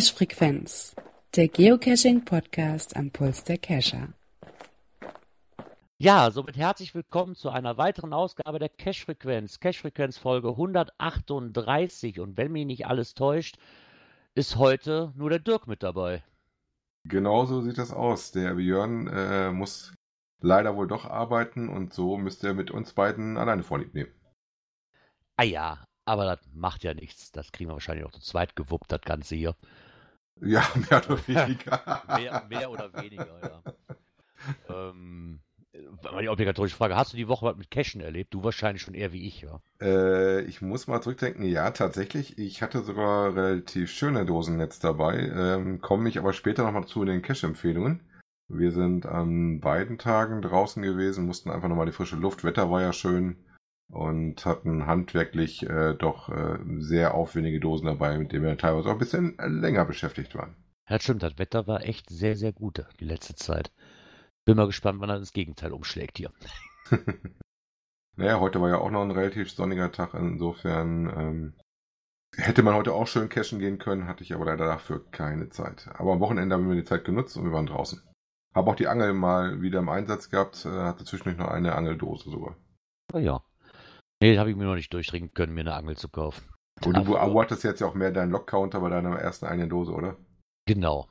Cache-Frequenz, der Geocaching-Podcast am Puls der Cacher. Ja, somit herzlich willkommen zu einer weiteren Ausgabe der Cache-Frequenz. Cache-Frequenz Folge 138. Und wenn mich nicht alles täuscht, ist heute nur der Dirk mit dabei. Genau so sieht das aus. Der Björn muss leider wohl doch arbeiten und so müsste er mit uns beiden alleine Vorlieb nehmen. Ah ja, aber das macht ja nichts. Das kriegen wir wahrscheinlich auch zu zweit gewuppt, das Ganze hier. Ja, mehr oder weniger. mehr oder weniger, ja. Die obligatorische Frage, hast du die Woche was mit Cachen erlebt? Du wahrscheinlich schon eher wie ich, ja. Ich muss mal zurückdenken. Ja, tatsächlich. Ich hatte sogar relativ schöne Dosennetz dabei. Komme ich aber später nochmal zu den Cache-Empfehlungen. Wir sind an beiden Tagen draußen gewesen, mussten einfach nochmal die frische Luft. Wetter war ja schön und hatten handwerklich doch sehr aufwendige Dosen dabei, mit denen wir teilweise auch ein bisschen länger beschäftigt waren. Ja, stimmt. Das Wetter war echt sehr, sehr gut die letzte Zeit. Bin mal gespannt, wann er das Gegenteil umschlägt hier. Naja, heute war ja auch noch ein relativ sonniger Tag, insofern hätte man heute auch schön cashen gehen können, hatte ich aber leider dafür keine Zeit. Aber am Wochenende haben wir die Zeit genutzt und wir waren draußen. Habe auch die Angel mal wieder im Einsatz gehabt, hatte zwischendurch noch eine Angeldose sogar. Oh ja. Nee, habe ich mir noch nicht durchringen können, mir eine Angel zu kaufen. Und du hattest jetzt ja auch mehr deinen Lock-Counter bei deiner ersten eigenen Dose, oder? Genau.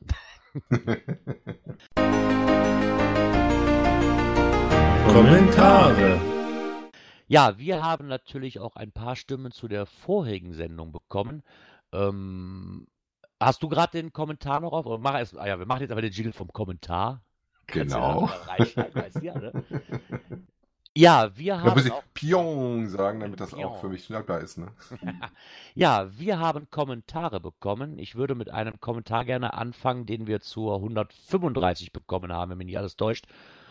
Kommentare. Ja, wir haben natürlich auch ein paar Stimmen zu der vorigen Sendung bekommen. Hast du gerade den Kommentar noch auf? Oder wir machen jetzt aber den Jingle vom Kommentar. Genau. Ja, wir haben. Da muss ich Pion sagen, damit das auch für mich schnell klar ist, ne? Ja, wir haben Kommentare bekommen. Ich würde mit einem Kommentar gerne anfangen, den wir zur 135 bekommen haben, wenn mich nicht alles täuscht.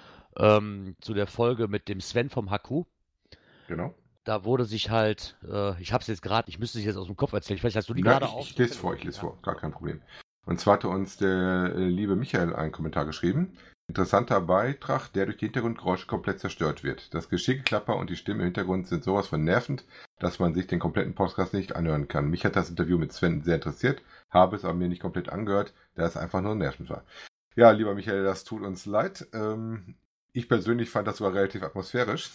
Zu der Folge mit dem Sven vom Haku. Genau. Da wurde sich halt, ich hab's jetzt gerade, ich müsste es jetzt aus dem Kopf erzählen. Vielleicht hast du die gerade auch. Ich lese vor, gar kein Problem. Und zwar hatte uns der liebe Michael einen Kommentar geschrieben. Interessanter Beitrag, der durch die Hintergrundgeräusche komplett zerstört wird. Das Geschickeklapper und die Stimme im Hintergrund sind sowas von nervend, dass man sich den kompletten Podcast nicht anhören kann. Mich hat das Interview mit Sven sehr interessiert, habe es aber mir nicht komplett angehört, da es einfach nur nervend war. Ja, lieber Michael, das tut uns leid. Ich persönlich fand das sogar relativ atmosphärisch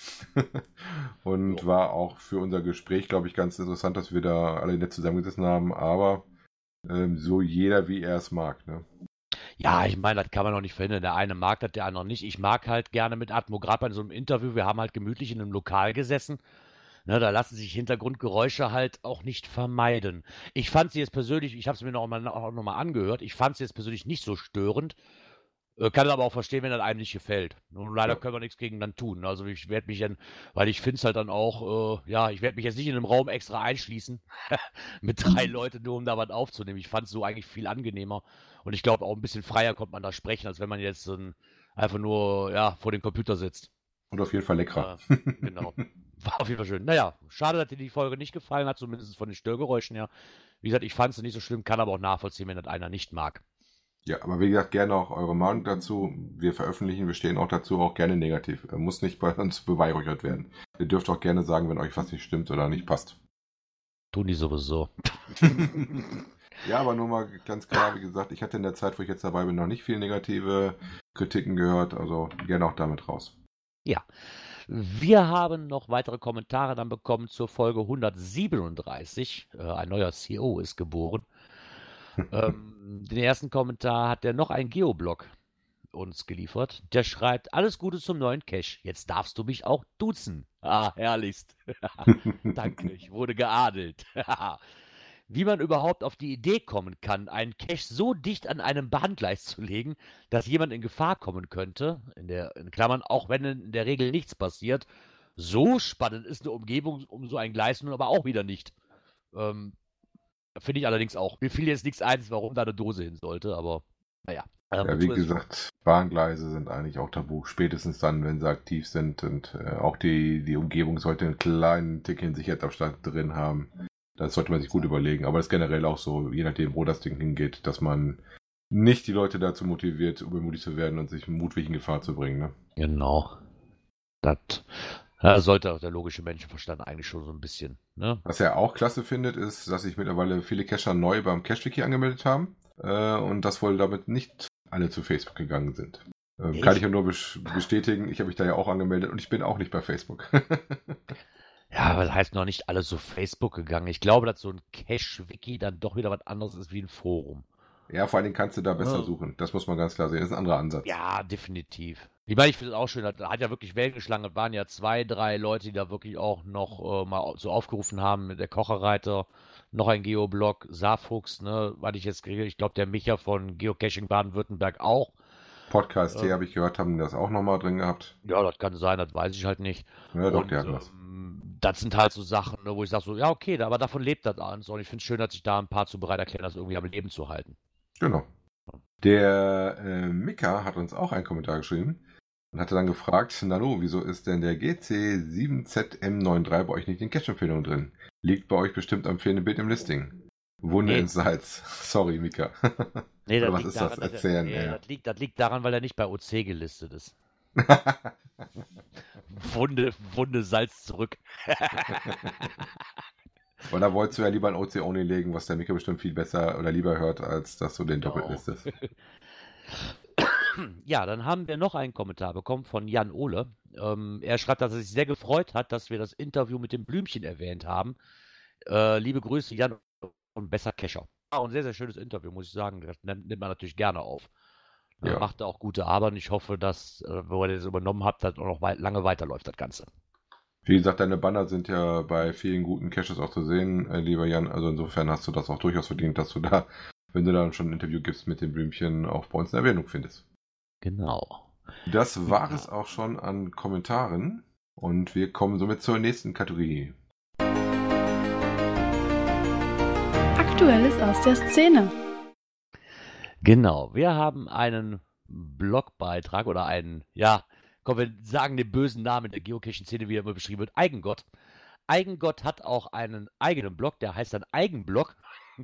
und war auch für unser Gespräch, glaube ich, ganz interessant, dass wir da alle nett zusammengesessen haben, aber so jeder, wie er es mag, ne? Ja, ich meine, das kann man noch nicht verhindern. Der eine mag das, der andere nicht. Ich mag halt gerne mit Atmo, gerade bei so einem Interview, wir haben halt gemütlich in einem Lokal gesessen. Ne, da lassen sich Hintergrundgeräusche halt auch nicht vermeiden. Ich fand sie jetzt persönlich, ich habe es mir noch mal angehört, ich fand sie jetzt persönlich nicht so störend. Kann aber auch verstehen, wenn das einem nicht gefällt. Und leider können wir nichts gegen dann tun. Also ich werde mich dann, weil ich finde es halt dann auch, ich werde mich jetzt nicht in einem Raum extra einschließen mit 3 Leuten, nur um da was aufzunehmen. Ich fand es so eigentlich viel angenehmer. Und ich glaube auch ein bisschen freier konnte man da sprechen, als wenn man jetzt einfach nur vor dem Computer sitzt. Und auf jeden Fall leckerer. Genau. War auf jeden Fall schön. Naja, schade, dass dir die Folge nicht gefallen hat, zumindest von den Störgeräuschen her. Wie gesagt, ich fand es nicht so schlimm, kann aber auch nachvollziehen, wenn das einer nicht mag. Ja, aber wie gesagt, gerne auch eure Meinung dazu. Wir veröffentlichen, wir stehen auch dazu, auch gerne negativ. Muss nicht bei uns beweihräuchert werden. Ihr dürft auch gerne sagen, wenn euch was nicht stimmt oder nicht passt. Tun die sowieso. Ja, aber nur mal ganz klar, wie gesagt, ich hatte in der Zeit, wo ich jetzt dabei bin, noch nicht viel negative Kritiken gehört. Also gerne auch damit raus. Ja. Wir haben noch weitere Kommentare dann bekommen zur Folge 137. Ein neuer CEO ist geboren. Den ersten Kommentar hat noch ein Geoblog uns geliefert. Der schreibt, alles Gute zum neuen Cache. Jetzt darfst du mich auch duzen. Ah, herrlichst. Danke, ich wurde geadelt. Wie man überhaupt auf die Idee kommen kann, einen Cache so dicht an einem Bahngleis zu legen, dass jemand in Gefahr kommen könnte, in Klammern, auch wenn in der Regel nichts passiert. So spannend ist eine Umgebung um so ein Gleis nun aber auch wieder nicht. Finde ich allerdings auch. Mir fiel jetzt nichts ein, warum da eine Dose hin sollte, aber naja. Ja, wie gesagt, Bahngleise sind eigentlich auch tabu. Spätestens dann, wenn sie aktiv sind und auch die Umgebung sollte einen kleinen Tickchen Sicherheitsabstand drin haben. Das sollte man sich gut überlegen. Aber das ist generell auch so, je nachdem, wo das Ding hingeht, dass man nicht die Leute dazu motiviert, übermutig zu werden und sich mutwillig in Gefahr zu bringen. Ne? Genau. Das sollte auch der logische Menschenverstand eigentlich schon so ein bisschen. Ne? Was er auch klasse findet, ist, dass sich mittlerweile viele Cacher neu beim Cache-Wiki angemeldet haben. und dass wohl damit nicht alle zu Facebook gegangen sind. Kann ich ja nur bestätigen, ich habe mich da ja auch angemeldet und ich bin auch nicht bei Facebook. Ja, aber das heißt noch nicht alle zu Facebook gegangen. Ich glaube, dass so ein Cache-Wiki dann doch wieder was anderes ist wie ein Forum. Ja, vor allen Dingen kannst du da besser suchen. Das muss man ganz klar sehen. Das ist ein anderer Ansatz. Ja, definitiv. Ich meine, ich finde es auch schön, da hat ja wirklich Wellen geschlagen. Es waren ja 2, 3 Leute, die da wirklich auch noch mal so aufgerufen haben mit der Kocherreiter, noch ein Geoblog, Saarfuchs, ne, was ich jetzt kriege. Ich glaube, der Micha von Geocaching Baden-Württemberg auch. Podcast T habe ich gehört, haben das auch nochmal drin gehabt. Ja, das kann sein, das weiß ich halt nicht. Ja, doch, die hatten was. Das sind halt so Sachen, ne, wo ich sage so, ja, okay, aber davon lebt das alles. Und ich finde es schön, dass sich da ein paar zu bereit erklären, das irgendwie am Leben zu halten. Genau. Der Mika hat uns auch einen Kommentar geschrieben und hatte dann gefragt, Nano, wieso ist denn der GC7ZM93 bei euch nicht in Cache-Empfehlungen drin? Liegt bei euch bestimmt am fehlenden Bild im Listing. Wunde ins Salz. Sorry, Mika. Nee, das was liegt ist daran, das? Erzählen. Das liegt daran, weil er nicht bei OC gelistet ist. Wunde Salz zurück. Weil da wolltest du ja lieber ein OC Only legen, was der Mika bestimmt viel besser oder lieber hört, als dass du den doppelt listest. Ja, dann haben wir noch einen Kommentar bekommen von Jan Ohle. Er schreibt, dass er sich sehr gefreut hat, dass wir das Interview mit dem Blümchen erwähnt haben. Liebe Grüße, Jan und besser Kescher. Ein sehr, sehr schönes Interview, muss ich sagen. Das nimmt man natürlich gerne auf. Ja. Macht auch gute Arbeit und ich hoffe, dass, wo ihr das übernommen habt, dass auch noch lange weiterläuft, das Ganze. Wie gesagt, deine Banner sind ja bei vielen guten Caches auch zu sehen, lieber Jan. Also insofern hast du das auch durchaus verdient, dass du da, wenn du dann schon ein Interview gibst mit dem Blümchen, auch bei uns eine Erwähnung findest. Genau. Das war es auch schon an Kommentaren und wir kommen somit zur nächsten Kategorie. Aktuelles aus der Szene. Genau, wir haben einen Blogbeitrag oder einen, ja, komm, wir sagen den bösen Namen der Geocaching-Szene, wie er immer beschrieben wird, Eigengott. Eigengott hat auch einen eigenen Blog, der heißt dann Eigenblog,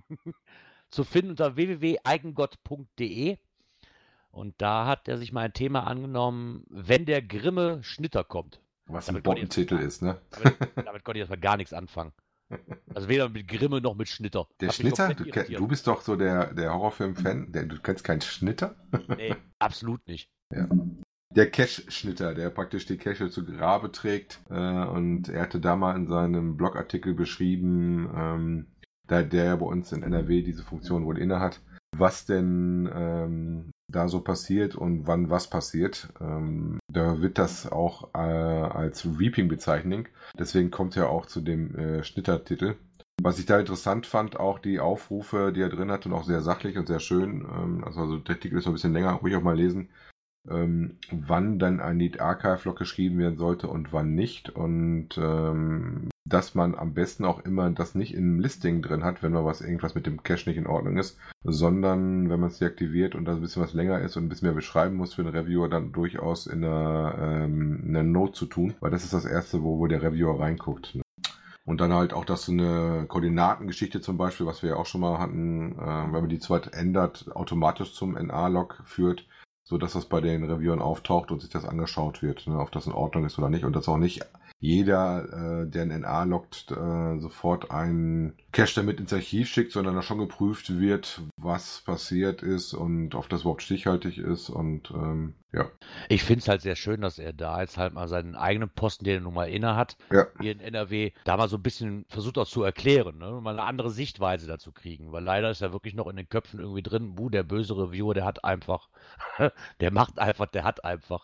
zu finden unter www.eigengott.de. Und da hat er sich mal ein Thema angenommen, wenn der Grimme Schnitter kommt. Was ein Bombentitel ist, ne? Damit konnte ich erstmal gar nichts anfangen. Also weder mit Grimme noch mit Schnitter. Der Schnitter? Du bist doch so der Horrorfilm-Fan. Du kennst keinen Schnitter? Nee, absolut nicht. Ja. Der Cache-Schnitter, der praktisch die Cache zu Grabe trägt. Und er hatte da mal in seinem Blogartikel beschrieben, da der ja bei uns in NRW diese Funktion wohl inne hat, was denn da so passiert und wann was passiert. Da wird das auch als Reaping bezeichnet. Deswegen kommt er auch zu dem Schnittertitel. Was ich da interessant fand, auch die Aufrufe, die er drin hat und auch sehr sachlich und sehr schön. Also der Artikel ist noch ein bisschen länger, ruhig auch mal lesen. Wann dann ein Need Archive Log geschrieben werden sollte und wann nicht. Und dass man am besten auch immer das nicht im Listing drin hat, wenn man irgendwas mit dem Cache nicht in Ordnung ist, sondern wenn man es deaktiviert und das ein bisschen was länger ist und ein bisschen mehr beschreiben muss für den Reviewer, dann durchaus in einer Note zu tun, weil das ist das Erste, wo der Reviewer reinguckt. Ne? Und dann halt auch, dass so eine Koordinatengeschichte zum Beispiel, was wir ja auch schon mal hatten, wenn man die zweit ändert, automatisch zum NA-Log führt, so dass das bei den Reviewern auftaucht und sich das angeschaut wird, ne, ob das in Ordnung ist oder nicht. Und dass auch nicht jeder, der ein NA loggt, sofort einen Cache damit ins Archiv schickt, sondern da schon geprüft wird, was passiert ist und ob das überhaupt stichhaltig ist. Und ja. Ich finde es halt sehr schön, dass er da jetzt halt mal seinen eigenen Posten, den er nun mal inne hat, hier in NRW, da mal so ein bisschen versucht auch zu erklären, ne? Mal eine andere Sichtweise dazu kriegen, weil leider ist ja wirklich noch in den Köpfen irgendwie drin, der böse Reviewer, der hat einfach, der macht einfach, der hat einfach.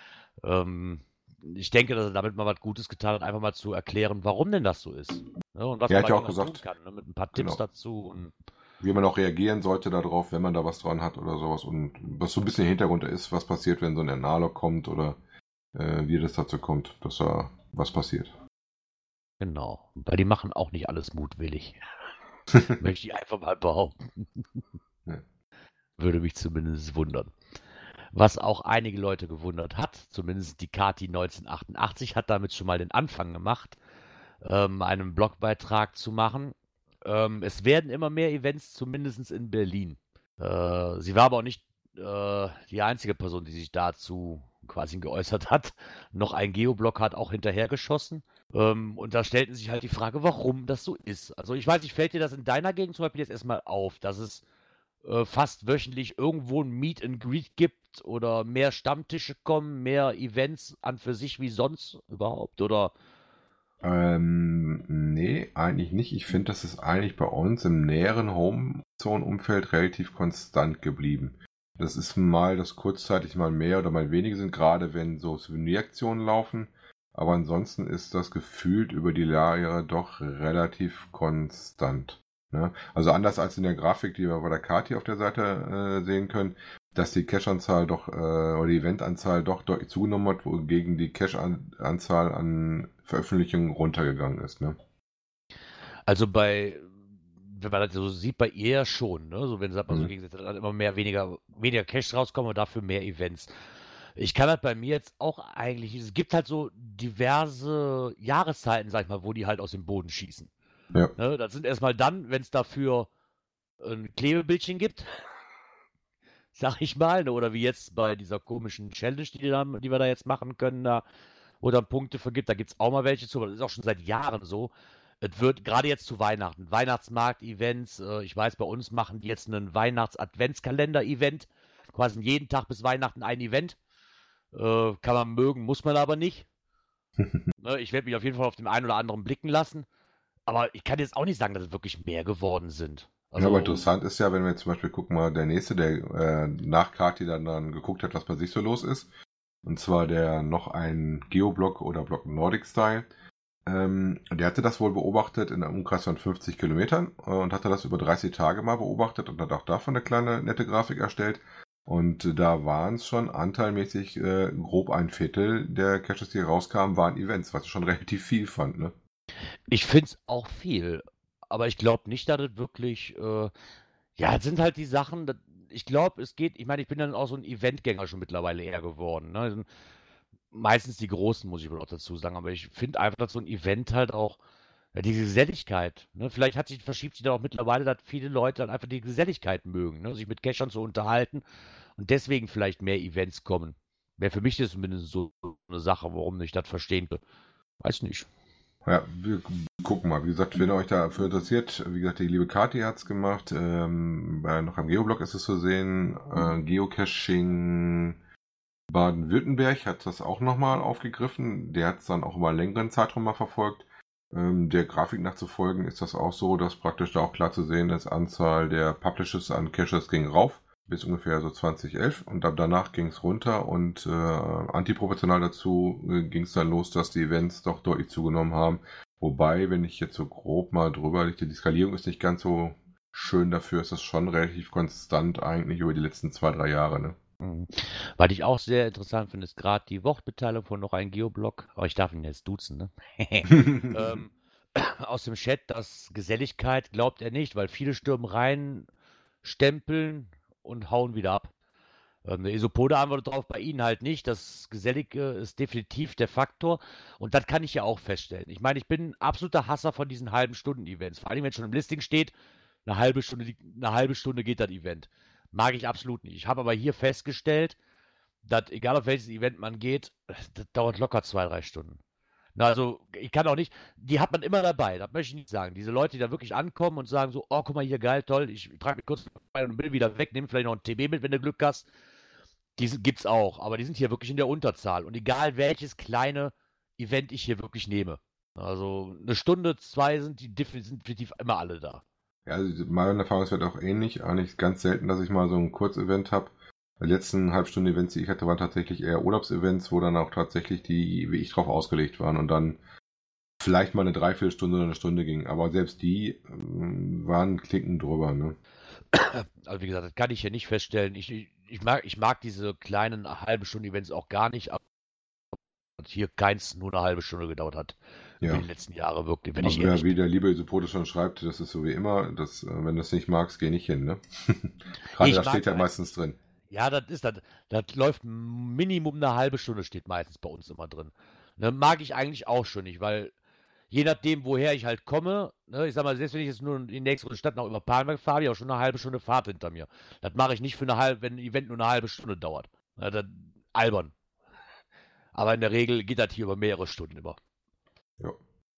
Ich denke, dass er damit mal was Gutes getan hat, einfach mal zu erklären, warum denn das so ist. Ne? Und was man auch gesagt, tun kann, ne? Mit ein paar Tipps dazu. Und wie man auch reagieren sollte darauf, wenn man da was dran hat oder sowas. Und was so ein bisschen im Hintergrund ist, was passiert, wenn so ein NA-Log kommt oder wie das dazu kommt, dass da was passiert. Genau. Weil die machen auch nicht alles mutwillig. Möchte ich einfach mal behaupten. Ja. Würde mich zumindest wundern. Was auch einige Leute gewundert hat, zumindest die Kati 1988 hat damit schon mal den Anfang gemacht, einen Blogbeitrag zu machen. Es werden immer mehr Events, zumindest in Berlin. Sie war aber auch nicht die einzige Person, die sich dazu quasi geäußert hat. Noch ein Geoblog hat auch hinterhergeschossen. Und da stellten sich halt die Frage, warum das so ist. Also ich weiß nicht, fällt dir das in deiner Gegend zum Beispiel jetzt erstmal auf, dass es fast wöchentlich irgendwo ein Meet and Greet gibt oder mehr Stammtische kommen, mehr Events an für sich wie sonst überhaupt, oder? Nee, eigentlich nicht. Ich finde, das ist eigentlich bei uns im näheren Homezone-Umfeld relativ konstant geblieben. Das ist mal, dass kurzzeitig mal mehr oder mal weniger sind, gerade wenn so Souvenir-Aktionen laufen. Aber ansonsten ist das gefühlt über die Jahre doch relativ konstant. Ne? Also anders als in der Grafik, die wir bei der Kati auf der Seite sehen können, dass die Cache-Anzahl doch, oder die Event-Anzahl doch deutlich zugenommen hat, wogegen die Cache-Anzahl an Veröffentlichungen runtergegangen ist. Ne? Also wenn man das so sieht, bei ihr ja schon, ne? So wenn sagt man so gegensätzlich, dann immer weniger Cash rauskommen und dafür mehr Events. Ich kann halt bei mir jetzt auch eigentlich, es gibt halt so diverse Jahreszeiten, sag ich mal, wo die halt aus dem Boden schießen. Ja. Ne? Das sind erstmal dann, wenn es dafür ein Klebebildchen gibt, sag ich mal, ne? Oder wie jetzt bei dieser komischen Challenge, die wir da jetzt machen können, da, wo dann Punkte vergibt, da gibt es auch mal welche zu, aber das ist auch schon seit Jahren so. Es wird gerade jetzt zu Weihnachten, Weihnachtsmarkt-Events, ich weiß, bei uns machen die jetzt einen Weihnachts-Adventskalender-Event, quasi jeden Tag bis Weihnachten ein Event. Kann man mögen, muss man aber nicht. Ne, ich werde mich auf jeden Fall auf den einen oder anderen blicken lassen, aber ich kann jetzt auch nicht sagen, dass es wirklich mehr geworden sind. Ja, aber interessant ist ja, wenn wir jetzt zum Beispiel gucken mal, der nächste, der nach Kati dann geguckt hat, was bei sich so los ist, und zwar der noch ein Geoblock oder Block Nordic Style. Der hatte das wohl beobachtet in einem Umkreis von 50 Kilometern und hatte das über 30 Tage mal beobachtet und hat auch davon eine kleine nette Grafik erstellt. Und da waren es schon anteilmäßig grob ein Viertel der Caches, die rauskamen, waren Events, was ich schon relativ viel fand. Ne? Ich finde es auch viel, aber ich glaube nicht, dass es wirklich, es sind halt die Sachen, ich glaube, es geht, ich meine, ich bin dann auch so ein Eventgänger schon mittlerweile eher geworden. Ne? Meistens die Großen, muss ich wohl auch dazu sagen, aber ich finde einfach, dass so ein Event halt auch, ja, die Geselligkeit, ne? Vielleicht verschiebt sich dann auch mittlerweile, dass viele Leute dann einfach die Geselligkeit mögen, ne? Sich mit Cachern zu unterhalten und deswegen vielleicht mehr Events kommen. Wäre für mich das zumindest so eine Sache, warum ich das verstehen will. Weiß nicht. Ja, wir gucken mal. Wie gesagt, wenn ihr euch dafür interessiert, wie gesagt, die liebe Kati hat es gemacht. Noch am Geoblog ist es zu sehen. Geocaching Baden-Württemberg hat das auch nochmal aufgegriffen. Der hat es dann auch über einen längeren Zeitraum mal verfolgt. Der Grafik nachzufolgen ist das auch so, dass praktisch da auch klar zu sehen ist, Anzahl der Publishes an Caches ging rauf bis ungefähr so 2011 und danach ging es runter und antiproportional dazu ging es dann los, dass die Events doch deutlich zugenommen haben. Wobei, wenn ich jetzt so grob mal drüber liege, die Skalierung ist nicht ganz so schön, dafür ist das schon relativ konstant eigentlich über die letzten 2-3 Jahre. Ne? Was ich auch sehr interessant finde, ist gerade die Wortbeteiligung von noch ein Geoblog, aber ich darf ihn jetzt duzen, ne? Aus dem Chat, dass Geselligkeit glaubt er nicht, weil viele stürmen rein, stempeln und hauen wieder ab. Der Isopode antwortet darauf, bei Ihnen halt nicht. Das Gesellige ist definitiv der Faktor und das kann ich ja auch feststellen. Ich meine, ich bin ein absoluter Hasser von diesen halben Stunden-Events. Vor allem, wenn schon im Listing steht, eine halbe Stunde geht das Event. Mag ich absolut nicht. Ich habe aber hier festgestellt, dass egal auf welches Event man geht, das dauert locker 2-3 Stunden. Na, also ich kann auch nicht, die hat man immer dabei, das möchte ich nicht sagen. Diese Leute, die da wirklich ankommen und sagen so, oh, guck mal hier, geil, toll, ich trage mich kurz bei und bin wieder weg, nehme vielleicht noch ein TB mit, wenn du Glück hast. Die gibt's auch, aber die sind hier wirklich in der Unterzahl. Und egal welches kleine Event ich hier wirklich nehme. Also eine Stunde, 2 sind definitiv immer alle da. Ja, also meine Erfahrung ist auch ähnlich. Eigentlich ganz selten, dass ich mal so ein Kurzevent habe. Die letzten Halbstunden-Events, die ich hatte, waren tatsächlich eher Urlaubsevents, wo dann auch tatsächlich die, wie ich drauf ausgelegt waren und dann vielleicht mal eine Dreiviertelstunde oder eine Stunde ging. Aber selbst die waren Klicken drüber, ne? Also wie gesagt, das kann ich hier nicht feststellen. Ich mag diese kleinen halbe Stunden-Events auch gar nicht, aber hier keins nur eine halbe Stunde gedauert hat. Ja. Für die letzten Jahre wirklich. Wenn Also ich wie der liebe Isopote schon schreibt, das ist so wie immer, wenn du es nicht magst, geh nicht hin, ne? Gerade da steht ja meistens drin. Ja, das läuft Minimum eine halbe Stunde, steht meistens bei uns immer drin. Ne, mag ich eigentlich auch schon nicht, weil je nachdem, woher ich halt komme, ne, ich sag mal, selbst wenn ich jetzt nur in die nächste Stadt noch über Palmberg fahre, habe ich auch schon eine halbe Stunde Fahrt hinter mir. Das mache ich nicht wenn ein Event nur eine halbe Stunde dauert. Ja, das albern. Aber in der Regel geht das hier über mehrere Stunden immer. Ja.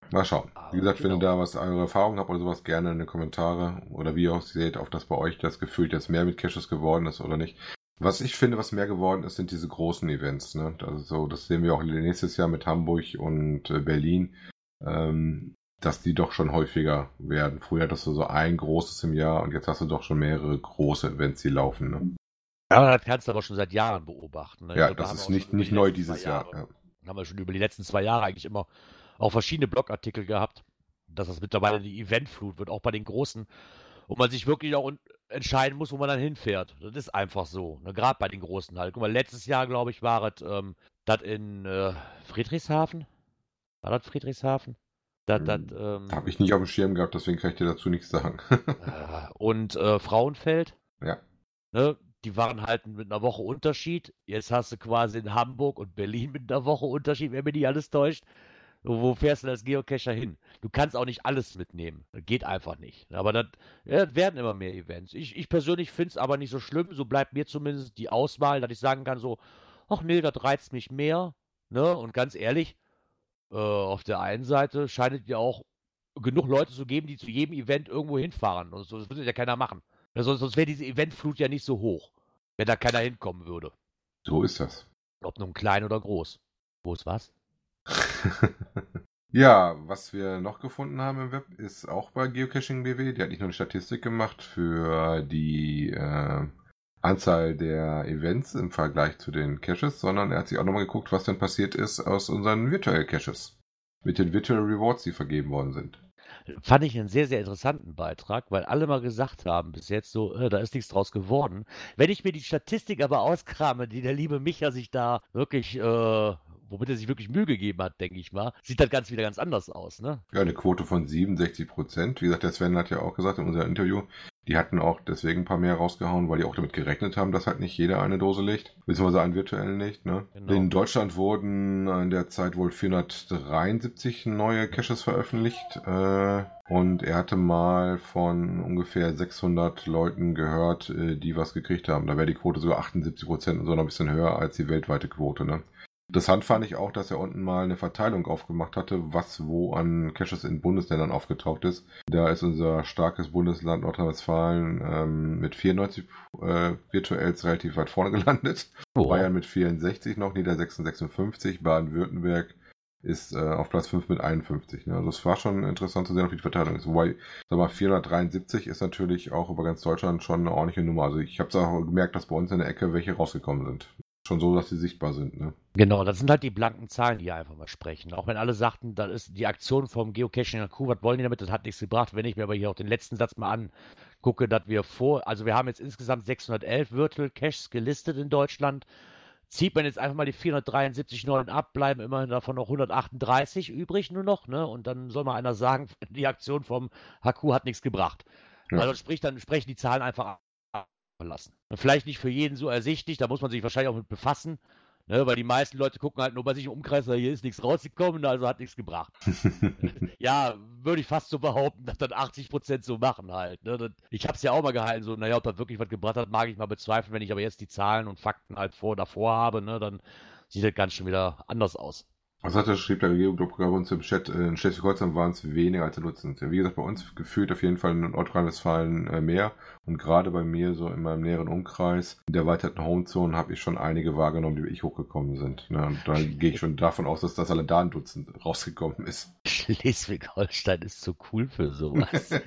Mal schauen. Wie gesagt, wenn ihr da was eure Erfahrungen habt oder sowas, gerne in die Kommentare oder wie ihr auch seht, ob das bei euch das Gefühl jetzt mehr mit Caches geworden ist oder nicht. Was ich finde, was mehr geworden ist, sind diese großen Events. Ne? Also so, das sehen wir auch nächstes Jahr mit Hamburg und Berlin, dass die doch schon häufiger werden. Früher hattest du so ein großes im Jahr und jetzt hast du doch schon mehrere große Events, die laufen. Ne? Ja, das kannst du aber schon seit Jahren beobachten. Ne? Ja, das ist nicht neu dieses Jahr. Ja. Haben wir schon über die letzten 2 Jahre eigentlich immer auch verschiedene Blogartikel gehabt, dass das mittlerweile die Eventflut wird, auch bei den Großen, wo man sich wirklich auch entscheiden muss, wo man dann hinfährt. Das ist einfach so, ne? Gerade bei den Großen halt. Guck mal, letztes Jahr, glaube ich, war es das in Friedrichshafen. War das Friedrichshafen? Habe ich nicht auf dem Schirm gehabt, deswegen kann ich dir dazu nichts sagen. Und Frauenfeld. Ja. Ne? Die waren halt mit einer Woche Unterschied. Jetzt hast du quasi in Hamburg und Berlin mit einer Woche Unterschied, wenn mich nicht alles täuscht. Wo fährst du als Geocacher hin? Du kannst auch nicht alles mitnehmen. Das geht einfach nicht. Aber das werden immer mehr Events. Ich persönlich finde es aber nicht so schlimm. So bleibt mir zumindest die Auswahl, dass ich sagen kann so, ach nee, das reizt mich mehr. Ne? Und ganz ehrlich, auf der einen Seite scheint es ja auch genug Leute zu geben, die zu jedem Event irgendwo hinfahren. Und so, das würde ja keiner machen. Sonst wäre diese Eventflut ja nicht so hoch, wenn da keiner hinkommen würde. So ist das. Ob nun klein oder groß. Groß was? Ja, was wir noch gefunden haben im Web, ist auch bei Geocaching BW. Die hat nicht nur eine Statistik gemacht für die Anzahl der Events im Vergleich zu den Caches, sondern er hat sich auch nochmal geguckt, was denn passiert ist aus unseren Virtual Caches. Mit den Virtual Rewards, die vergeben worden sind. Fand ich einen sehr, sehr interessanten Beitrag, weil alle mal gesagt haben, bis jetzt so, da ist nichts draus geworden. Wenn ich mir die Statistik aber auskrame, die der liebe Micha sich da wirklich, womit er sich wirklich Mühe gegeben hat, denke ich mal, sieht das Ganze wieder ganz anders aus, ne? Ja, eine Quote von 67%. Wie gesagt, der Sven hat ja auch gesagt in unserem Interview, die hatten auch deswegen ein paar mehr rausgehauen, weil die auch damit gerechnet haben, dass halt nicht jeder eine Dose legt, beziehungsweise einen virtuellen legt. Ne? Genau. In Deutschland wurden in der Zeit wohl 473 neue Caches veröffentlicht und er hatte mal von ungefähr 600 Leuten gehört, die was gekriegt haben. Da wäre die Quote sogar 78% und so noch ein bisschen höher als die weltweite Quote. Ne? Interessant fand ich auch, dass er unten mal eine Verteilung aufgemacht hatte, was wo an Caches in Bundesländern aufgetaucht ist. Da ist unser starkes Bundesland Nordrhein-Westfalen mit 94 Virtuels relativ weit vorne gelandet. Oh. Bayern mit 64 noch, Niedersachsen 56, Baden-Württemberg ist auf Platz 5 mit 51. Ne? Also es war schon interessant zu sehen, wie die Verteilung ist. Wobei, sag mal, 473 ist natürlich auch über ganz Deutschland schon eine ordentliche Nummer. Also ich habe es auch gemerkt, dass bei uns in der Ecke welche rausgekommen sind. Schon so, dass sie sichtbar sind, ne? Genau, das sind halt die blanken Zahlen, die hier einfach mal sprechen. Auch wenn alle sagten, das ist die Aktion vom Geocaching HQ, was wollen die damit, das hat nichts gebracht. Wenn ich mir aber hier auch den letzten Satz mal angucke, dass wir also wir haben jetzt insgesamt 611 Virtual Caches gelistet in Deutschland. Zieht man jetzt einfach mal die 473 neuen ab, bleiben immerhin davon noch 138 übrig nur noch, ne? Und dann soll mal einer sagen, die Aktion vom HQ hat nichts gebracht. Ja. Also dann sprechen die Zahlen einfach ab. Verlassen. Vielleicht nicht für jeden so ersichtlich, da muss man sich wahrscheinlich auch mit befassen, ne, weil die meisten Leute gucken halt nur bei sich im Umkreis, hier ist nichts rausgekommen, also hat nichts gebracht. Ja, würde ich fast so behaupten, dass dann 80% so machen halt. Ne. Ich habe es ja auch mal gehalten, so, naja, ob das wirklich was gebracht hat, mag ich mal bezweifeln, wenn ich aber jetzt die Zahlen und Fakten halt davor habe, ne, dann sieht das ganz schön wieder anders aus. Was schrieb der Geoclub bei uns im Chat, in Schleswig-Holstein waren es weniger als in Dutzend. Wie gesagt, bei uns gefühlt auf jeden Fall in Nordrhein-Westfalen mehr. Und gerade bei mir, so in meinem näheren Umkreis, in der erweiterten Homezone, habe ich schon einige wahrgenommen, die wie ich hochgekommen sind. Ja, und da gehe ich schon davon aus, dass das alle da ein Dutzend rausgekommen ist. Schleswig-Holstein ist so cool für sowas.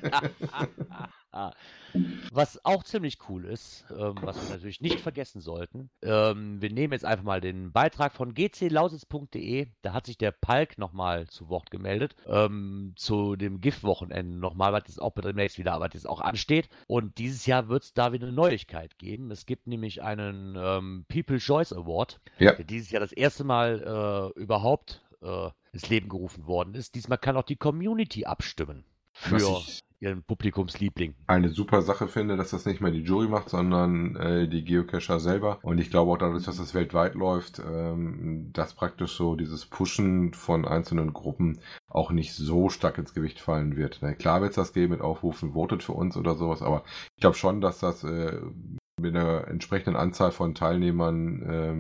Was auch ziemlich cool ist, was wir natürlich nicht vergessen sollten, wir nehmen jetzt einfach mal den Beitrag von gclausitz.de, da hat sich der Palk nochmal zu Wort gemeldet, zu dem GIF-Wochenende nochmal, was jetzt auch demnächst wieder, was jetzt auch ansteht. Und dieses Jahr wird es da wieder eine Neuigkeit geben. Es gibt nämlich einen People's Choice Award, der dieses Jahr das erste Mal überhaupt ins Leben gerufen worden ist. Diesmal kann auch die Community abstimmen für ihren Publikumsliebling. Eine super Sache finde, dass das nicht mehr die Jury macht, sondern die Geocacher selber. Und ich glaube auch dadurch, dass das weltweit läuft, dass praktisch so dieses Pushen von einzelnen Gruppen auch nicht so stark ins Gewicht fallen wird. Klar wird es das geben mit Aufrufen, votet für uns oder sowas, aber ich glaube schon, dass das mit einer entsprechenden Anzahl von Teilnehmern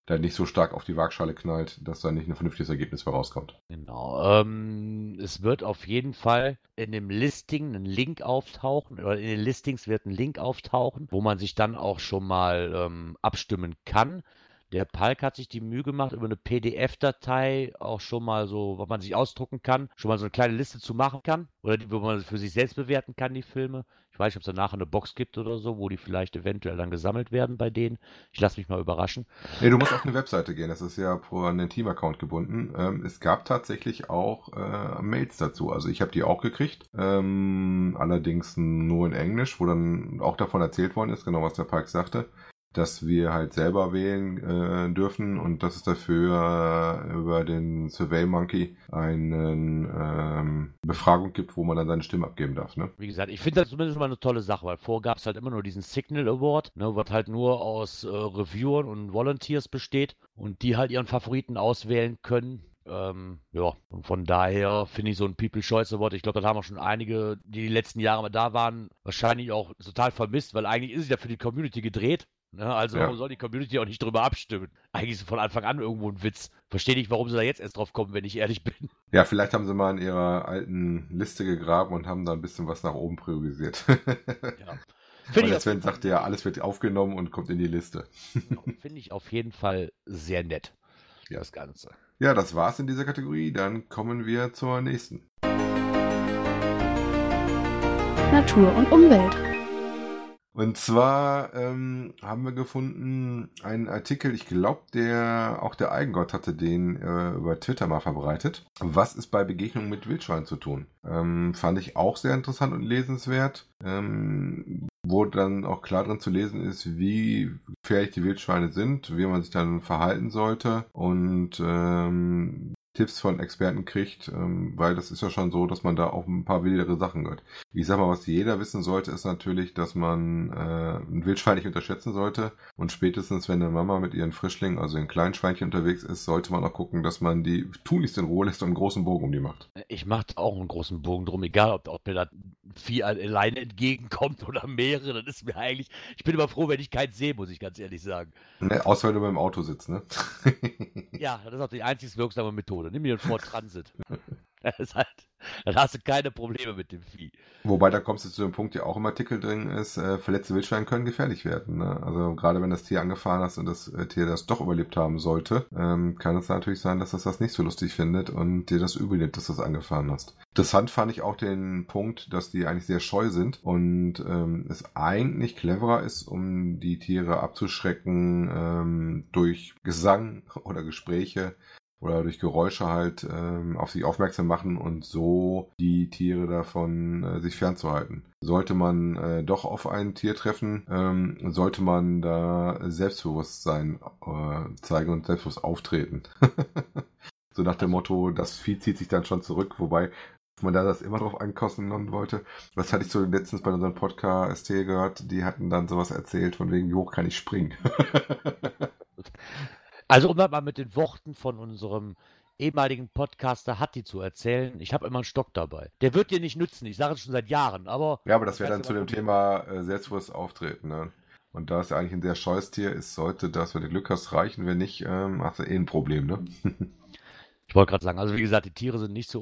da nicht so stark auf die Waagschale knallt, dass da nicht ein vernünftiges Ergebnis bei rauskommt. Genau. Es wird auf jeden Fall in dem Listing ein Link auftauchen, oder in den Listings wird ein Link auftauchen, wo man sich dann auch schon mal abstimmen kann. Der Palk hat sich die Mühe gemacht, über eine PDF-Datei auch schon mal so, was man sich ausdrucken kann, schon mal so eine kleine Liste zu machen kann. Oder wo man für sich selbst bewerten kann, die Filme. Ich weiß nicht, ob es danach eine Box gibt oder so, wo die vielleicht eventuell dann gesammelt werden bei denen. Ich lasse mich mal überraschen. Nee, du musst auf eine Webseite gehen, das ist ja an den Team-Account gebunden. Es gab tatsächlich auch Mails dazu, also ich habe die auch gekriegt, allerdings nur in Englisch, wo dann auch davon erzählt worden ist, genau was der Palk sagte, dass wir halt selber wählen dürfen und dass es dafür über den SurveyMonkey eine Befragung gibt, wo man dann seine Stimme abgeben darf. Ne? Wie gesagt, ich finde das zumindest mal eine tolle Sache, weil vorher gab es halt immer nur diesen Signal Award, ne, was halt nur aus Reviewern und Volunteers besteht und die halt ihren Favoriten auswählen können. Ja, und von daher finde ich so ein People's Choice Award, ich glaube, das haben auch schon einige, die letzten Jahre mal da waren, wahrscheinlich auch total vermisst, weil eigentlich ist es ja für die Community gedreht. Ne? Also warum soll die Community auch nicht drüber abstimmen? Eigentlich ist es von Anfang an irgendwo ein Witz. Verstehe nicht, warum sie da jetzt erst drauf kommen, wenn ich ehrlich bin. Ja, vielleicht haben sie mal in ihrer alten Liste gegraben und haben da ein bisschen was nach oben priorisiert. Ja. Weil der Sven sagte ja, alles wird aufgenommen und kommt in die Liste. Finde ich auf jeden Fall sehr nett, das Ganze. Ja, das war's in dieser Kategorie. Dann kommen wir zur nächsten. Natur und Umwelt. Und zwar haben wir gefunden einen Artikel, ich glaube, der Eigengott hatte den über Twitter mal verbreitet. Was ist bei Begegnungen mit Wildschweinen zu tun? Fand ich auch sehr interessant und lesenswert. Wo dann auch klar drin zu lesen ist, wie gefährlich die Wildschweine sind, wie man sich dann verhalten sollte und Tipps von Experten kriegt, weil das ist ja schon so, dass man da auch ein paar wildere Sachen hört. Ich sag mal, was jeder wissen sollte, ist natürlich, dass man ein Wildschwein nicht unterschätzen sollte und spätestens, wenn eine Mama mit ihren Frischlingen, also den kleinen Schweinchen unterwegs ist, sollte man auch gucken, dass man die tunlichst in Ruhe lässt und einen großen Bogen um die macht. Ich mache auch einen großen Bogen drum, egal ob mir da Vieh alleine entgegenkommt oder mehrere, dann ist mir eigentlich, ich bin immer froh, wenn ich keins sehe, muss ich ganz ehrlich sagen. Ne, außer wenn du beim Auto sitzt, ne? Ja, das ist auch die einzig wirksame Methode. Nimm dir den Ford Transit. Das ist halt, dann hast du keine Probleme mit dem Vieh. Wobei, da kommst du zu dem Punkt, der auch im Artikel drin ist, verletzte Wildschweine können gefährlich werden. Ne? Also gerade wenn das Tier angefahren hast und das Tier das doch überlebt haben sollte, kann es natürlich sein, dass das nicht so lustig findet und dir das übel nimmt, dass du es angefahren hast. Interessant fand ich auch den Punkt, dass die eigentlich sehr scheu sind und es eigentlich cleverer ist, um die Tiere abzuschrecken durch Gesang oder Gespräche, oder durch Geräusche halt auf sich aufmerksam machen und so die Tiere davon sich fernzuhalten. Sollte man doch auf ein Tier treffen, sollte man da Selbstbewusstsein zeigen und selbstbewusst auftreten. So nach dem Motto, das Vieh zieht sich dann schon zurück, wobei man da das immer drauf ankosten wollte. Das hatte ich so letztens bei unserem Podcast gehört, die hatten dann sowas erzählt, von wegen, wie hoch kann ich springen? Also um das mal mit den Worten von unserem ehemaligen Podcaster Hatti zu erzählen, ich habe immer einen Stock dabei. Der wird dir nicht nützen, ich sage es schon seit Jahren, aber... Ja, aber das wäre dann zu dem Thema selbstbewusst auftreten, ne? Und da es ja eigentlich ein sehr scheues Tier ist, sollte das, wenn du Glück hast, reichen. Wenn nicht, hast du eh ein Problem, ne? Ich wollte gerade sagen, also wie gesagt, die Tiere sind nicht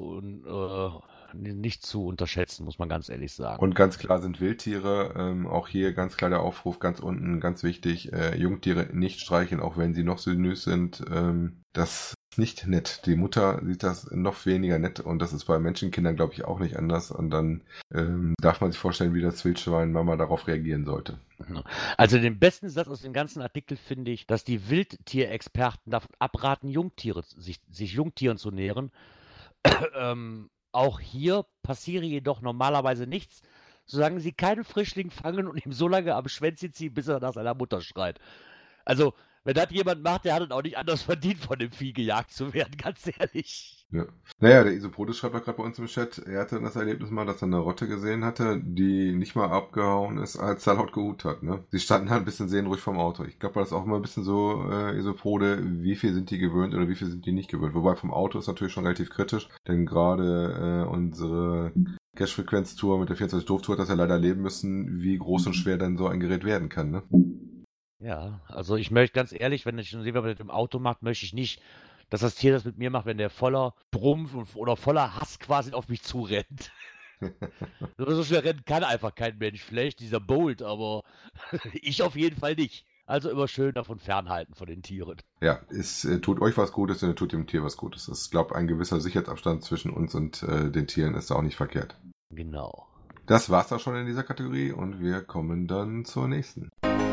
zu unterschätzen, muss man ganz ehrlich sagen. Und ganz klar sind Wildtiere, auch hier ganz klar der Aufruf, ganz unten, ganz wichtig, Jungtiere nicht streicheln, auch wenn sie noch so süß sind. Das ist nicht nett. Die Mutter sieht das noch weniger nett und das ist bei Menschenkindern, glaube ich, auch nicht anders. Und dann darf man sich vorstellen, wie das Wildschwein Mama darauf reagieren sollte. Also den besten Satz aus dem ganzen Artikel finde ich, dass die Wildtierexperten davon abraten, sich Jungtieren zu nähern. Auch hier passiere jedoch normalerweise nichts, solange sie keinen Frischling fangen und ihm so lange am Schwänzchen ziehen, bis er nach seiner Mutter schreit. Also, wenn das jemand macht, der hat es auch nicht anders verdient, von dem Vieh gejagt zu werden, ganz ehrlich. Ja. Naja, der Isopodes schreibt gerade bei uns im Chat, er hatte das Erlebnis mal, dass er eine Rotte gesehen hatte, die nicht mal abgehauen ist, als er laut gehupt hat. Ne? Sie standen halt ein bisschen seelenruhig vom Auto. Ich glaube, das ist auch immer ein bisschen so Isopode, wie viel sind die gewöhnt oder wie viel sind die nicht gewöhnt. Wobei vom Auto ist natürlich schon relativ kritisch, denn gerade unsere Cash-Frequenz-Tour mit der 24-Doof-Tour hat das ja leider erleben müssen, wie groß und schwer denn so ein Gerät werden kann. Ne? Ja, also ich möchte ganz ehrlich, wenn ich schon sehe, was man mit dem Auto macht, möchte ich nicht, dass das Tier das mit mir macht, wenn der voller oder voller Hass quasi auf mich zurennt. So schnell rennen kann einfach kein Mensch. Vielleicht dieser Bolt, aber ich auf jeden Fall nicht. Also immer schön davon fernhalten von den Tieren. Ja, es tut euch was Gutes und es tut dem Tier was Gutes. Ich glaube, ein gewisser Sicherheitsabstand zwischen uns und den Tieren ist auch nicht verkehrt. Genau. Das war's auch schon in dieser Kategorie und wir kommen dann zur nächsten.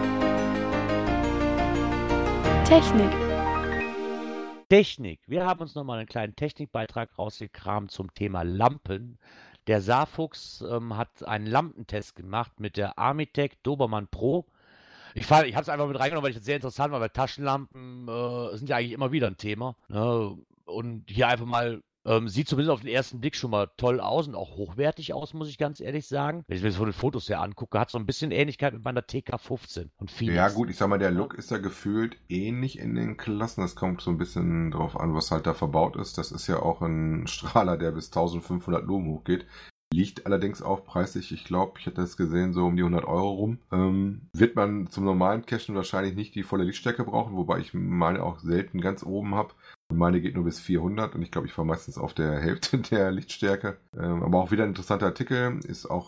Technik. Wir haben uns nochmal einen kleinen Technikbeitrag rausgekramt zum Thema Lampen. Der Saarfuchs hat einen Lampentest gemacht mit der Armitec Dobermann Pro. Ich habe es einfach mit reingenommen, weil ich das sehr interessant war, weil Taschenlampen sind ja eigentlich immer wieder ein Thema. Ne? Und hier einfach mal, sieht zumindest auf den ersten Blick schon mal toll aus und auch hochwertig aus, muss ich ganz ehrlich sagen. Wenn ich mir das von den Fotos her angucke, hat so ein bisschen Ähnlichkeit mit meiner TK15 und Phoenix. Ja gut, ich sag mal, der Look ist ja gefühlt ähnlich in den Klassen. Das kommt so ein bisschen drauf an, was halt da verbaut ist. Das ist ja auch ein Strahler, der bis 1500 Lumen hochgeht. Liegt allerdings auch preislich, ich glaube, ich hätte das gesehen, so um die 100 Euro rum. Wird man zum normalen Cashen wahrscheinlich nicht die volle Lichtstärke brauchen, wobei ich meine auch selten ganz oben habe. Und meine geht nur bis 400 und ich glaube, ich fahre meistens auf der Hälfte der Lichtstärke. Aber auch wieder ein interessanter Artikel, ist auch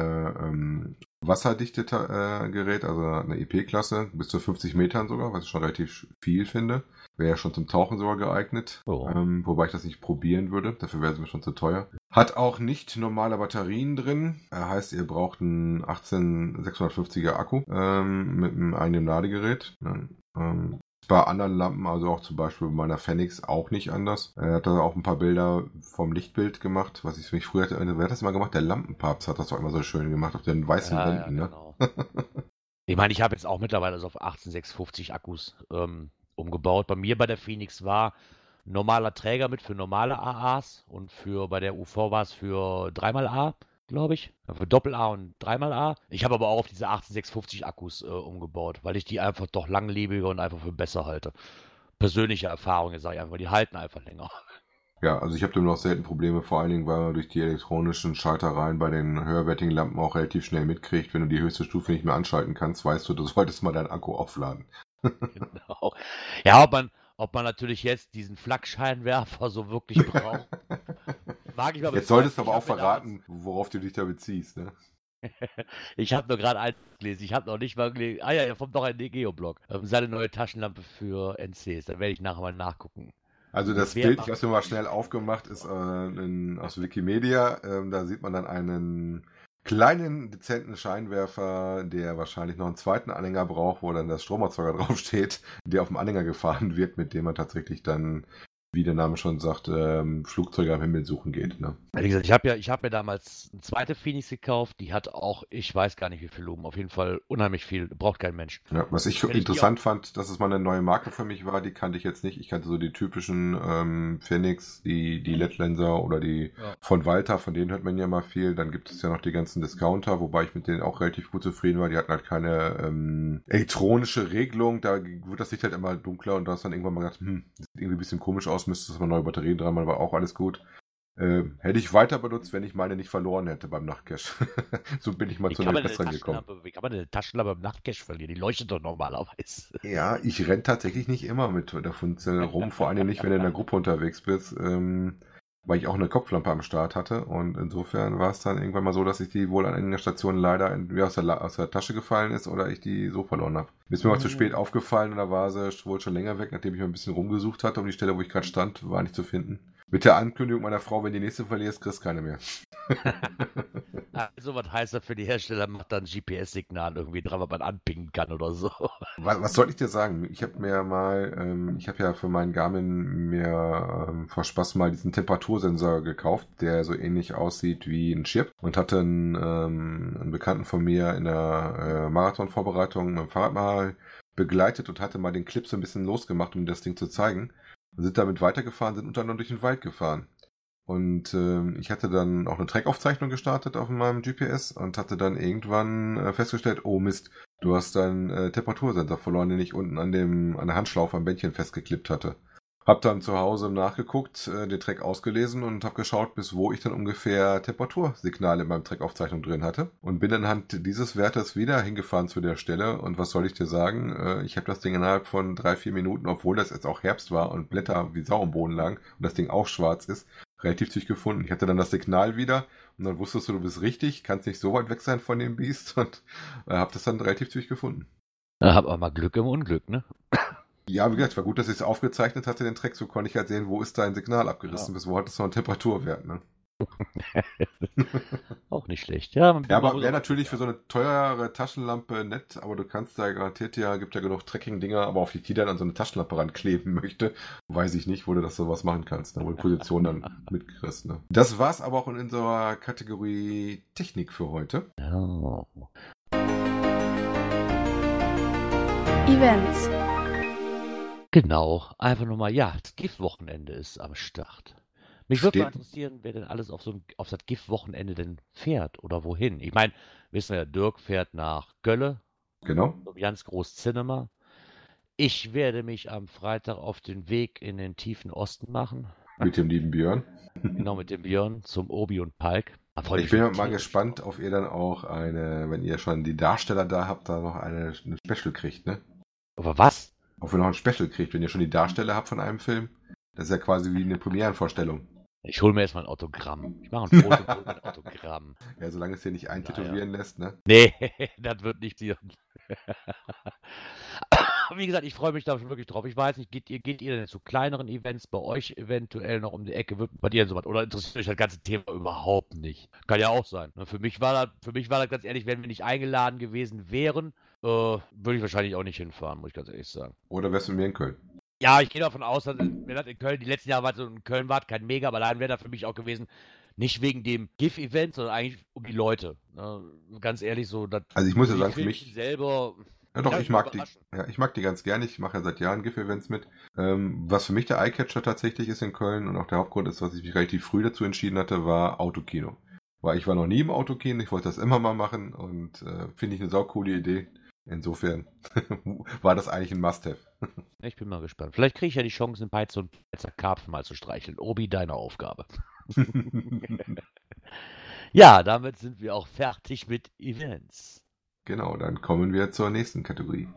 eine wasserdichte Gerät, also eine EP-Klasse, bis zu 50 Metern sogar, was ich schon relativ viel finde. Wäre ja schon zum Tauchen sogar geeignet, wobei ich das nicht probieren würde, dafür wäre es mir schon zu teuer. Hat auch nicht normale Batterien drin, heißt ihr braucht einen 18650er Akku mit einem eigenen Ladegerät. Bei anderen Lampen, also auch zum Beispiel bei meiner Phoenix, auch nicht anders. Er hat da auch ein paar Bilder vom Lichtbild gemacht, was ich mich früher hatte. Wer hat das mal gemacht? Der Lampenpapst hat das doch immer so schön gemacht, auf den weißen Wänden. Ja, genau. Ne? Ich meine, ich habe jetzt auch mittlerweile so auf 18650 Akkus umgebaut. Bei mir bei der Phoenix war normaler Träger mit für normale AAs und bei der UV war es für 3xA, glaube ich. Für Doppel-A und 3xA. Ich habe aber auch auf diese 18650 Akkus umgebaut, weil ich die einfach doch langlebiger und einfach für besser halte. Persönliche Erfahrungen, sage ich einfach, die halten einfach länger. Ja, also ich habe damit auch selten Probleme, vor allen Dingen, weil man durch die elektronischen Schaltereien bei den höherwertigen Lampen auch relativ schnell mitkriegt, wenn du die höchste Stufe nicht mehr anschalten kannst, weißt du solltest mal deinen Akku aufladen. Genau. Ja, ob man natürlich jetzt diesen Flakscheinwerfer so wirklich braucht, mag ich mal. Jetzt solltest du aber auch verraten, worauf du dich da beziehst, ne? Ich habe nur gerade eins gelesen. Ich habe noch nicht mal gelesen. Ah ja, er kommt doch ein Geoblog. Seine neue Taschenlampe für NCs. Da werde ich nachher mal nachgucken. Also das Bild, ich habe es mir mal schnell aufgemacht, ist aus Wikimedia. Da sieht man dann einen kleinen, dezenten Scheinwerfer, der wahrscheinlich noch einen zweiten Anhänger braucht, wo dann das Stromerzeuger draufsteht, der auf dem Anhänger gefahren wird, mit dem man tatsächlich dann, wie der Name schon sagt, Flugzeuge am Himmel suchen geht. Ne? Wie gesagt, ich hab mir damals eine zweite Phoenix gekauft, die hat auch, ich weiß gar nicht wie viel Lumen, auf jeden Fall unheimlich viel, braucht kein Mensch. Ja, was ich interessant fand, dass es mal eine neue Marke für mich war, die kannte ich jetzt nicht. Ich kannte so die typischen Phoenix, die LED-Lenser oder die von Walter, von denen hört man ja mal viel. Dann gibt es ja noch die ganzen Discounter, wobei ich mit denen auch relativ gut zufrieden war. Die hatten halt keine elektronische Regelung, da wird das Licht halt immer dunkler und da hast dann irgendwann mal gedacht, das sieht irgendwie ein bisschen komisch aus, müsste es mal neue Batterien dran machen, war auch alles gut. Hätte ich weiter benutzt, wenn ich meine nicht verloren hätte beim Nachtcache. So bin ich mal zu einer besseren gekommen. Wie kann man denn eine Taschenlampe beim Nachtcache verlieren? Die leuchtet doch normalerweise. Ja, ich renne tatsächlich nicht immer mit der Funzel rum, vor allem nicht, wenn du in der Gruppe unterwegs bist, weil ich auch eine Kopflampe am Start hatte und insofern war es dann irgendwann mal so, dass ich die wohl an einer Station leider entweder aus der Tasche gefallen ist oder ich die so verloren habe. Ist mir mal zu spät aufgefallen und da war sie wohl schon länger weg, nachdem ich mal ein bisschen rumgesucht hatte um die Stelle, wo ich gerade stand, war nicht zu finden. Mit der Ankündigung meiner Frau, wenn die nächste verlierst, kriegst keine mehr. Also was heißt das für die Hersteller, macht dann ein GPS-Signal irgendwie dran, was man anpingen kann oder so. Was soll ich dir sagen? Ich habe mir mal, ich habe ja für meinen Garmin mir vor Spaß mal diesen Temperatursensor gekauft, der so ähnlich aussieht wie ein Chip und hatte einen Bekannten von mir in der Marathonvorbereitung mit dem Fahrrad mal begleitet und hatte mal den Clip so ein bisschen losgemacht, um das Ding zu zeigen. Sind damit weitergefahren, sind unter anderem durch den Wald gefahren. Und ich hatte dann auch eine Trackaufzeichnung gestartet auf meinem GPS und hatte dann irgendwann festgestellt, oh Mist, du hast deinen Temperatursensor verloren, den ich unten an der Handschlaufe am Bändchen festgeklippt hatte. Hab dann zu Hause nachgeguckt, den Track ausgelesen und habe geschaut, bis wo ich dann ungefähr Temperatursignale in meinem Trackaufzeichnung drin hatte. Und bin anhand dieses Wertes wieder hingefahren zu der Stelle. Und was soll ich dir sagen? Ich habe das Ding innerhalb von 3-4 Minuten, obwohl das jetzt auch Herbst war und Blätter wie Sau am Boden lagen und das Ding auch schwarz ist, relativ zügig gefunden. Ich hatte dann das Signal wieder und dann wusstest du bist richtig, kannst nicht so weit weg sein von dem Biest und habe das dann relativ zügig gefunden. Hab aber mal Glück im Unglück, ne? Ja, wie gesagt, war gut, dass ich es aufgezeichnet hatte, den Track, so konnte ich halt sehen, wo ist dein Signal abgerissen, bis wo hat es noch einen Temperaturwert, ne? Auch nicht schlecht. Ja, aber wäre natürlich für so eine teure Taschenlampe nett, aber du kannst da garantiert gibt ja genug Tracking-Dinger, aber auf die dann an so eine Taschenlampe rankleben möchte, weiß ich nicht, wo du das sowas machen kannst, ne? Wo du Position dann mitkriegst, ne? Das war's aber auch in unserer Kategorie Technik für heute. Oh. Events. Genau, einfach nur mal, das GIF-Wochenende ist am Start. Mich würde mal interessieren, wer denn alles auf das GIF-Wochenende denn fährt oder wohin. Ich meine, wissen wir ja, Dirk fährt nach Gölle. Genau. Ganz groß Cinema. Ich werde mich am Freitag auf den Weg in den tiefen Osten machen. Mit dem lieben Björn. Genau, mit dem Björn zum Obi und Palk. Ich bin mal gespannt, ob ihr dann auch wenn ihr schon die Darsteller da habt, da noch eine Special kriegt, ne? Aber was? Ob ihr noch ein Special kriegt, wenn ihr schon die Darsteller habt von einem Film. Das ist ja quasi wie eine Premierenvorstellung. Ich hole mir erstmal ein Autogramm. Ich mache ein Foto und hole mir ein Autogramm. Ja, solange es dir nicht eintätowieren lässt, ne? Nee, das wird nicht passieren. Wie gesagt, ich freue mich da schon wirklich drauf. Ich weiß nicht, geht ihr denn zu kleineren Events bei euch eventuell noch um die Ecke? Wird bei dir sowas? Oder interessiert euch das ganze Thema überhaupt nicht? Kann ja auch sein. Für mich war das ganz ehrlich, wenn wir nicht eingeladen gewesen wären, würde ich wahrscheinlich auch nicht hinfahren, muss ich ganz ehrlich sagen. Oder wärst du mit mir in Köln? Ja, ich gehe davon aus, dass wenn das in Köln, die letzten Jahre war so in Köln war, kein Mega, aber allein wäre das für mich auch gewesen, nicht wegen dem GIF-Event, sondern eigentlich um die Leute. Ganz ehrlich, so. Also ich muss ja sagen, für mich selber. Ja doch, ich mag die ganz gerne. Ich mache ja seit Jahren GIF-Events mit. Was für mich der Eyecatcher tatsächlich ist in Köln und auch der Hauptgrund ist, was ich mich relativ früh dazu entschieden hatte, war Autokino. Weil ich war noch nie im Autokino, ich wollte das immer mal machen und finde ich eine saukoole Idee. Insofern war das eigentlich ein Must-Have. Ich bin mal gespannt. Vielleicht kriege ich ja die Chance, einen Beiz und Karpfen mal zu streicheln. Obi, deine Aufgabe. Ja, damit sind wir auch fertig mit Events. Genau, dann kommen wir zur nächsten Kategorie.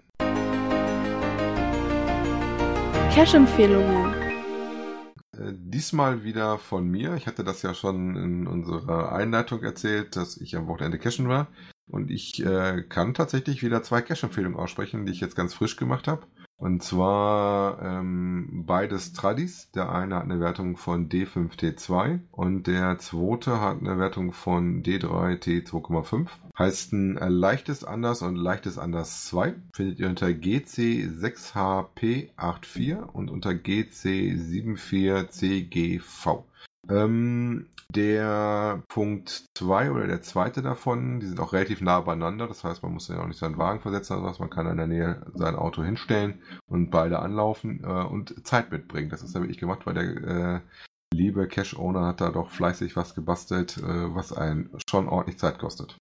Cache-Empfehlungen. Diesmal wieder von mir. Ich hatte das ja schon in unserer Einleitung erzählt, dass ich am Wochenende cashen war. Und ich kann tatsächlich wieder 2 Cache-Empfehlungen aussprechen, die ich jetzt ganz frisch gemacht habe. Und zwar beides Tradis. Der eine hat eine Wertung von D5T2 und der zweite hat eine Wertung von D3T2,5. Heißt ein leichtes Anders und leichtes Anders 2. Findet ihr unter GC6HP84 und unter GC74CGV. Der Punkt 2 oder der zweite davon, die sind auch relativ nah beieinander, das heißt, man muss ja auch nicht seinen Wagen versetzen oder was, man kann in der Nähe sein Auto hinstellen und beide anlaufen und Zeit mitbringen. Das ist ja wirklich gemacht, weil der liebe Cache-Owner hat da doch fleißig was gebastelt, was einen schon ordentlich Zeit kostet.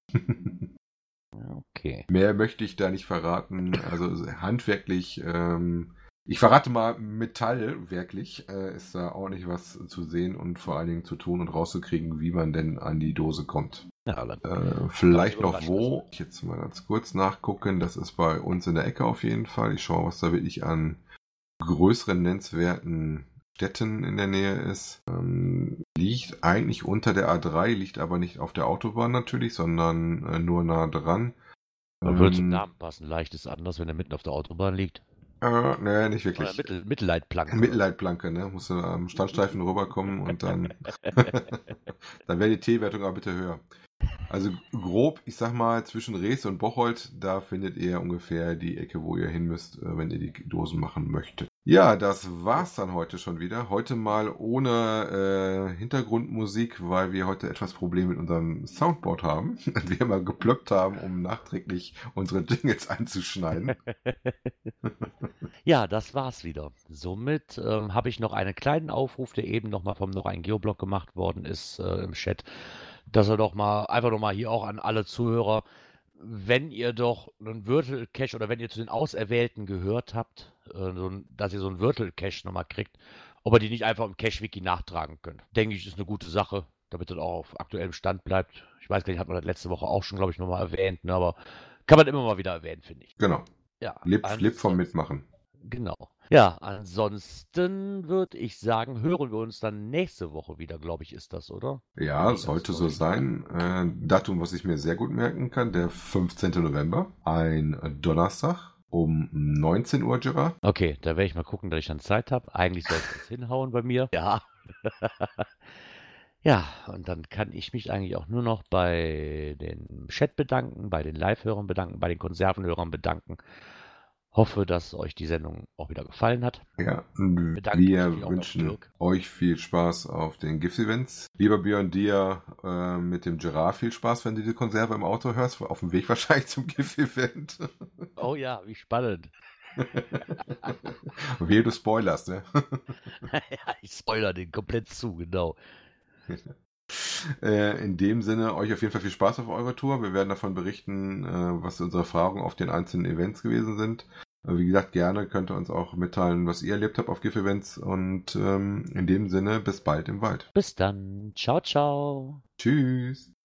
Okay. Mehr möchte ich da nicht verraten, also handwerklich ich verrate mal, metallwerklich ist da ordentlich was zu sehen und vor allen Dingen zu tun und rauszukriegen, wie man denn an die Dose kommt. Ja, vielleicht noch wo, ich jetzt mal ganz kurz nachgucken, das ist bei uns in der Ecke auf jeden Fall. Ich schaue, was da wirklich an größeren nennenswerten Städten in der Nähe ist. Liegt eigentlich unter der A3, liegt aber nicht auf der Autobahn natürlich, sondern nur nah dran. Würde zum Namen passen, leicht ist anders, wenn er mitten auf der Autobahn liegt. Nee, nicht wirklich. Mittelleitplanke. Mittelleitplanke, ne? Musst du am Standstreifen rüberkommen und dann dann wäre die T-Wertung aber bitte höher. Also grob, ich sag mal, zwischen Rees und Bocholt, da findet ihr ungefähr die Ecke, wo ihr hin müsst, wenn ihr die Dosen machen möchtet. Ja, das war's dann heute schon wieder. Heute mal ohne Hintergrundmusik, weil wir heute etwas Probleme mit unserem Soundboard haben. Wir mal geplöppt haben, um nachträglich unsere Jingles einzuschneiden. Ja, das war's wieder. Somit habe ich noch einen kleinen Aufruf, der eben nochmal vom noch ein Geoblog gemacht worden ist im Chat, dass er doch mal, einfach nochmal hier auch an alle Zuhörer, wenn ihr doch einen Virtual-Cache oder wenn ihr zu den Auserwählten gehört habt, dass ihr so einen Virtual-Cache nochmal kriegt, ob ihr die nicht einfach im Cache-Wiki nachtragen könnt. Denke ich, ist eine gute Sache, damit das auch auf aktuellem Stand bleibt. Ich weiß gar nicht, hat man das letzte Woche auch schon, glaube ich, nochmal erwähnt, ne? Aber kann man immer mal wieder erwähnen, finde ich. Genau. Ja, Leb vom Mitmachen. Genau. Ja, ansonsten würde ich sagen, hören wir uns dann nächste Woche wieder, glaube ich, ist das, oder? Ja, sollte so sein. Datum, was ich mir sehr gut merken kann, der 15. November, ein Donnerstag um 19 Uhr, Gerard. Okay, da werde ich mal gucken, dass ich dann Zeit habe. Eigentlich soll es hinhauen bei mir. Ja. Ja, und dann kann ich mich eigentlich auch nur noch bei den Chat bedanken, bei den Live-Hörern bedanken, bei den Konservenhörern bedanken. Hoffe, dass euch die Sendung auch wieder gefallen hat. Ja, Bedanke mich wir natürlich auch bei wünschen Dirk. euch viel Spaß auf den GIFs-Events. Lieber Björn, dir mit dem Gerard viel Spaß, wenn du die Konserve im Auto hörst, auf dem Weg wahrscheinlich zum GIF-Event. Oh ja, wie spannend. Wehe, du spoilerst, ne? Ja, ich spoilere den komplett zu, genau. In dem Sinne, euch auf jeden Fall viel Spaß auf eurer Tour. Wir werden davon berichten, was unsere Erfahrungen auf den einzelnen Events gewesen sind. Wie gesagt, gerne könnt ihr uns auch mitteilen, was ihr erlebt habt auf GIF-Events. Und in dem Sinne, bis bald im Wald. Bis dann. Ciao, ciao. Tschüss.